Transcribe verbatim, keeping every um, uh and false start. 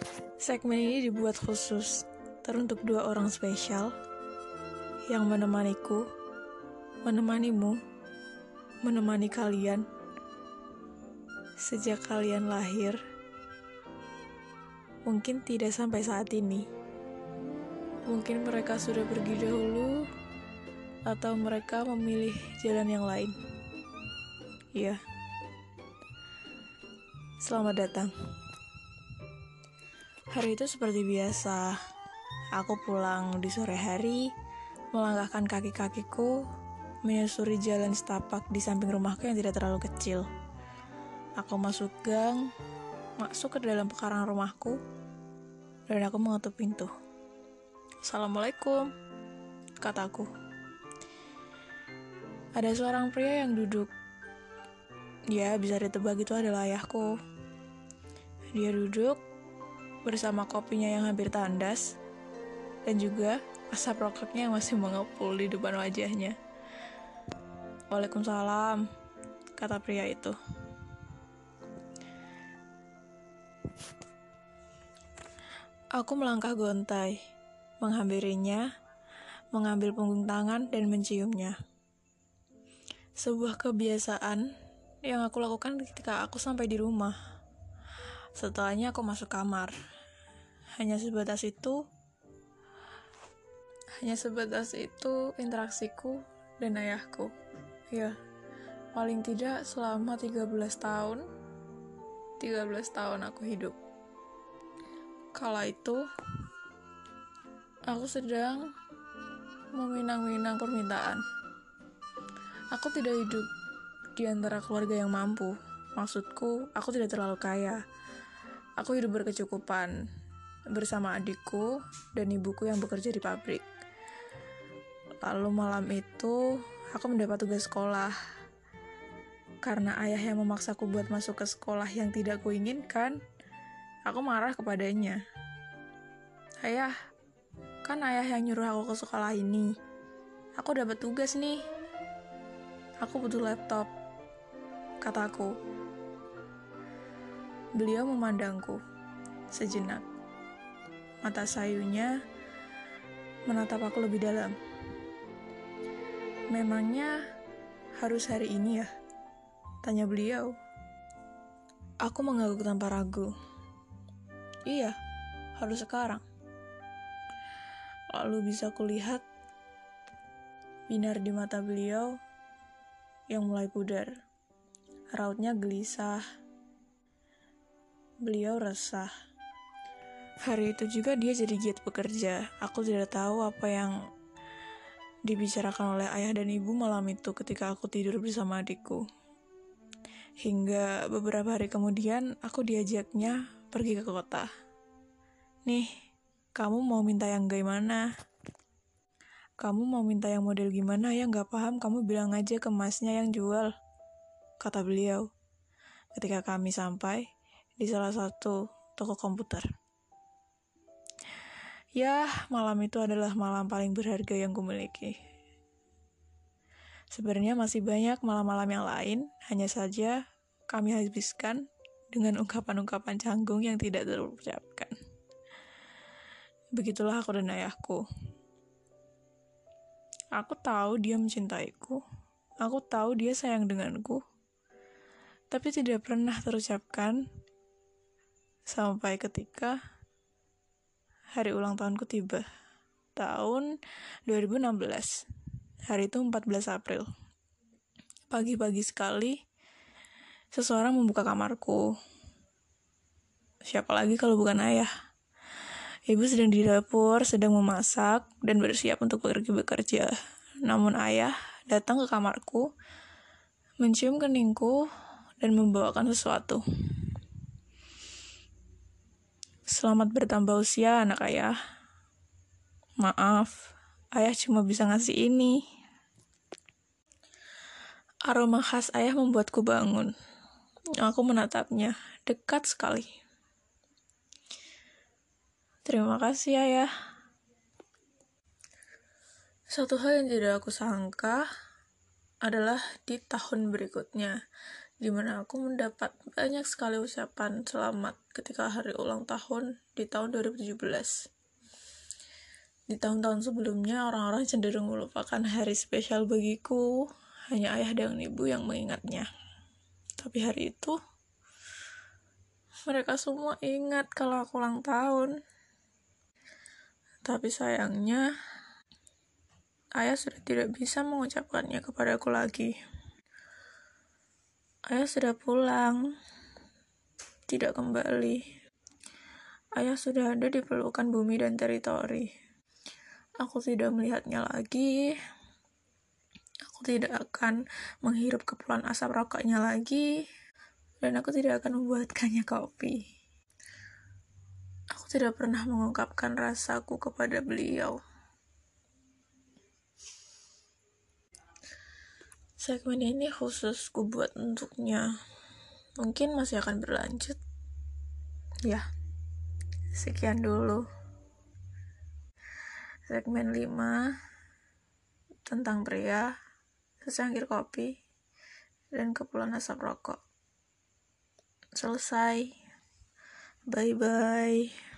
Segmen ini dibuat khusus teruntuk dua orang spesial yang menemaniku, menemanimu, menemani kalian sejak kalian lahir. Mungkin tidak sampai saat ini. Mungkin mereka sudah pergi dahulu, atau mereka memilih jalan yang lain. Iya. Selamat datang. Hari itu seperti biasa. Aku pulang di sore hari, melangkahkan kaki-kakiku, menyusuri jalan setapak di samping rumahku yang tidak terlalu kecil. Aku masuk gang, masuk ke dalam pekarangan rumahku, dan aku mengetuk pintu. Assalamualaikum, kataku. Ada seorang pria yang duduk. Ya, bisa ditebak itu adalah ayahku. Dia duduk bersama kopinya yang hampir tandas, dan juga asap rokoknya yang masih mengepul di depan wajahnya. Waalaikumsalam, kata pria itu. Aku melangkah gontai, menghampirinya, mengambil punggung tangan dan menciumnya. Sebuah kebiasaan yang aku lakukan ketika aku sampai di rumah. Setelahnya aku masuk kamar. Hanya sebatas itu, hanya sebatas itu interaksiku dan ayahku. Ya, paling tidak selama tiga belas tahun, tiga belas tahun aku hidup. Kala itu, aku sedang meminang-minang permintaan. Aku tidak hidup di antara keluarga yang mampu. Maksudku, aku tidak terlalu kaya. Aku hidup berkecukupan bersama adikku dan ibuku yang bekerja di pabrik. Lalu malam itu, aku mendapat tugas sekolah. Karena ayah yang memaksaku buat masuk ke sekolah yang tidak kuinginkan, aku marah kepadanya. Ayah, kan ayah yang nyuruh aku ke sekolah ini. Aku dapat tugas nih. Aku butuh laptop, kataku. Beliau memandangku sejenak. Mata sayunya menatap aku lebih dalam. Memangnya harus hari ini ya? Tanya beliau. Aku mengangguk tanpa ragu. Iya, harus sekarang. Lalu bisa kulihat binar di mata beliau yang mulai pudar. Rautnya gelisah. Beliau resah. Hari itu juga dia jadi giat bekerja. Aku tidak tahu apa yang dibicarakan oleh ayah dan ibu malam itu ketika aku tidur bersama adikku. Hingga beberapa hari kemudian aku diajaknya pergi ke kota. Nih, kamu mau minta yang gimana? Kamu mau minta yang model gimana ya? Gak paham, kamu bilang aja ke masnya yang jual, kata beliau ketika kami sampai di salah satu toko komputer. Ya, malam itu adalah malam paling berharga yang kumiliki. Sebenarnya masih banyak malam-malam yang lain, hanya saja kami habiskan dengan ungkapan-ungkapan canggung yang tidak terucapkan. Begitulah aku dan ayahku. Aku tahu dia mencintaiku. Aku tahu dia sayang denganku. Tapi tidak pernah terucapkan sampai ketika hari ulang tahunku tiba. Tahun dua ribu enam belas. Hari itu empat belas April. Pagi-pagi sekali, seseorang membuka kamarku. Siapa lagi kalau bukan ayah? Ibu sedang di dapur, sedang memasak, dan bersiap untuk pergi bekerja. Namun ayah datang ke kamarku, mencium keningku, dan membawakan sesuatu. Selamat bertambah usia, anak ayah. Maaf, ayah cuma bisa ngasih ini. Aroma khas ayah membuatku bangun. Aku menatapnya, dekat sekali. Terima kasih, ayah. Satu hal yang tidak aku sangka adalah di tahun berikutnya, di mana aku mendapat banyak sekali ucapan selamat ketika hari ulang tahun di tahun dua ribu tujuh belas. Di tahun-tahun sebelumnya, orang-orang cenderung melupakan hari spesial bagiku, hanya ayah dan ibu yang mengingatnya. Tapi hari itu, mereka semua ingat kalau aku ulang tahun. Tapi sayangnya, ayah sudah tidak bisa mengucapkannya kepadaku lagi. Ayah sudah pulang, tidak kembali. Ayah sudah ada di pelukan bumi dan teritori. Aku tidak melihatnya lagi. Aku tidak akan menghirup kepulan asap rokoknya lagi. Dan aku tidak akan membuatkannya kopi. Aku tidak pernah mengungkapkan rasaku kepada beliau. Segmen ini khusus ku buat untuknya. Mungkin masih akan berlanjut. Ya, sekian dulu. Segmen lima tentang pria, secangkir kopi, dan kepulan asap rokok. Selesai. Bye-bye.